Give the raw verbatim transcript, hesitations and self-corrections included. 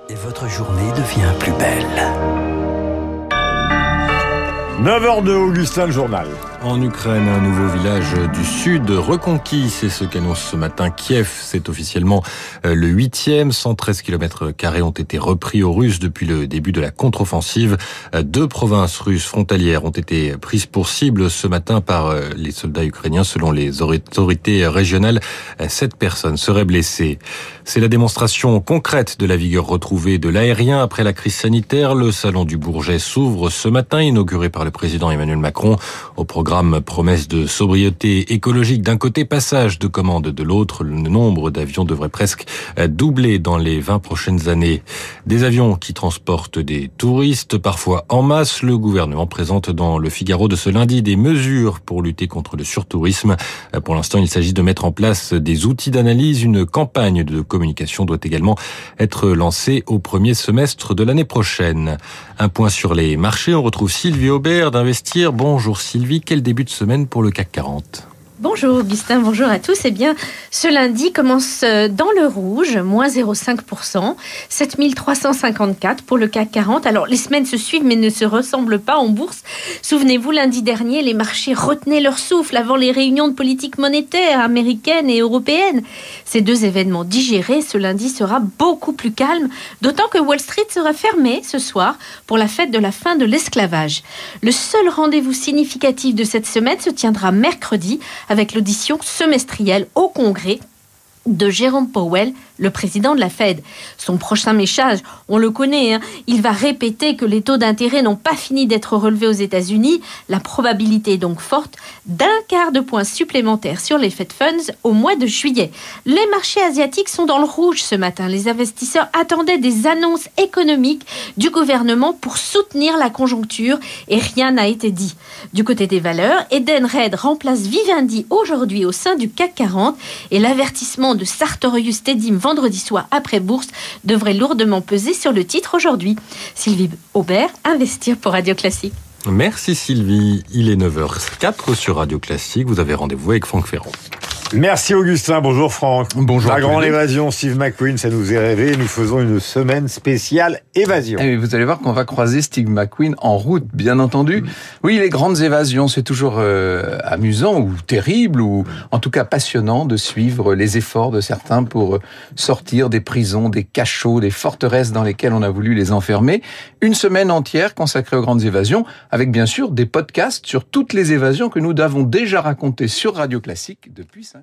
Et votre journée devient plus belle. neuf heures deux, Augustin, le journal. En Ukraine, un nouveau village du sud reconquis, c'est ce qu'annonce ce matin Kiev. C'est officiellement le huitième. cent treize kilomètres carrés ont été repris aux Russes depuis le début de la contre-offensive. Deux provinces russes frontalières ont été prises pour cible ce matin par les soldats ukrainiens. Selon les autorités régionales, sept personnes seraient blessées. C'est la démonstration concrète de la vigueur retrouvée de l'aérien après la crise sanitaire. Le salon du Bourget s'ouvre ce matin, inauguré par le président Emmanuel Macron. Au programme promesse de sobriété écologique d'un côté, passage de commande de l'autre. Le nombre d'avions devrait presque doubler dans les vingt prochaines années. Des avions qui transportent des touristes, parfois en masse. Le gouvernement présente dans le Figaro de ce lundi des mesures pour lutter contre le surtourisme. Pour l'instant, il s'agit de mettre en place des outils d'analyse. Une campagne de communication doit également être lancée au premier semestre de l'année prochaine. Un point sur les marchés. On retrouve Sylvie Aubert d'Investir. Bonjour Sylvie, quel début de semaine pour le C A C quarante? Bonjour Augustin, bonjour à tous. Eh bien, ce lundi commence dans le rouge, moins zéro virgule cinq pour cent, sept mille trois cent cinquante-quatre pour le C A C quarante. Alors, les semaines se suivent mais ne se ressemblent pas en bourse. Souvenez-vous, lundi dernier, les marchés retenaient leur souffle avant les réunions de politique monétaire américaine et européenne. Ces deux événements digérés, ce lundi sera beaucoup plus calme, d'autant que Wall Street sera fermée ce soir pour la fête de la fin de l'esclavage. Le seul rendez-vous significatif de cette semaine se tiendra mercredi, avec l'audition semestrielle au Congrès de Jérôme Powell, le président de la Fed. Son prochain message, on le connaît, hein, il va répéter que les taux d'intérêt n'ont pas fini d'être relevés aux États-Unis. La probabilité est donc forte d'un quart de point supplémentaire sur les Fed Funds au mois de juillet. Les marchés asiatiques sont dans le rouge ce matin. Les investisseurs attendaient des annonces économiques du gouvernement pour soutenir la conjoncture et rien n'a été dit. Du côté des valeurs, Edenred remplace Vivendi aujourd'hui au sein du C A C quarante et l'avertissement de Sartorius Tedim vendredi soir après bourse devrait lourdement peser sur le titre aujourd'hui. Sylvie Aubert, Investir pour Radio Classique. Merci Sylvie, il est neuf heures quatre sur Radio Classique, vous avez rendez-vous avec Franck Ferrand. Merci Augustin, bonjour Franck. Bonjour. La grande évasion, Steve McQueen, ça nous est rêvé. Nous faisons une semaine spéciale évasion. Et vous allez voir qu'on va croiser Steve McQueen en route, bien entendu. Oui, les grandes évasions, c'est toujours euh, amusant ou terrible ou en tout cas passionnant de suivre les efforts de certains pour sortir des prisons, des cachots, des forteresses dans lesquelles on a voulu les enfermer. Une semaine entière consacrée aux grandes évasions, avec bien sûr des podcasts sur toutes les évasions que nous avons déjà racontées sur Radio Classique depuis cinq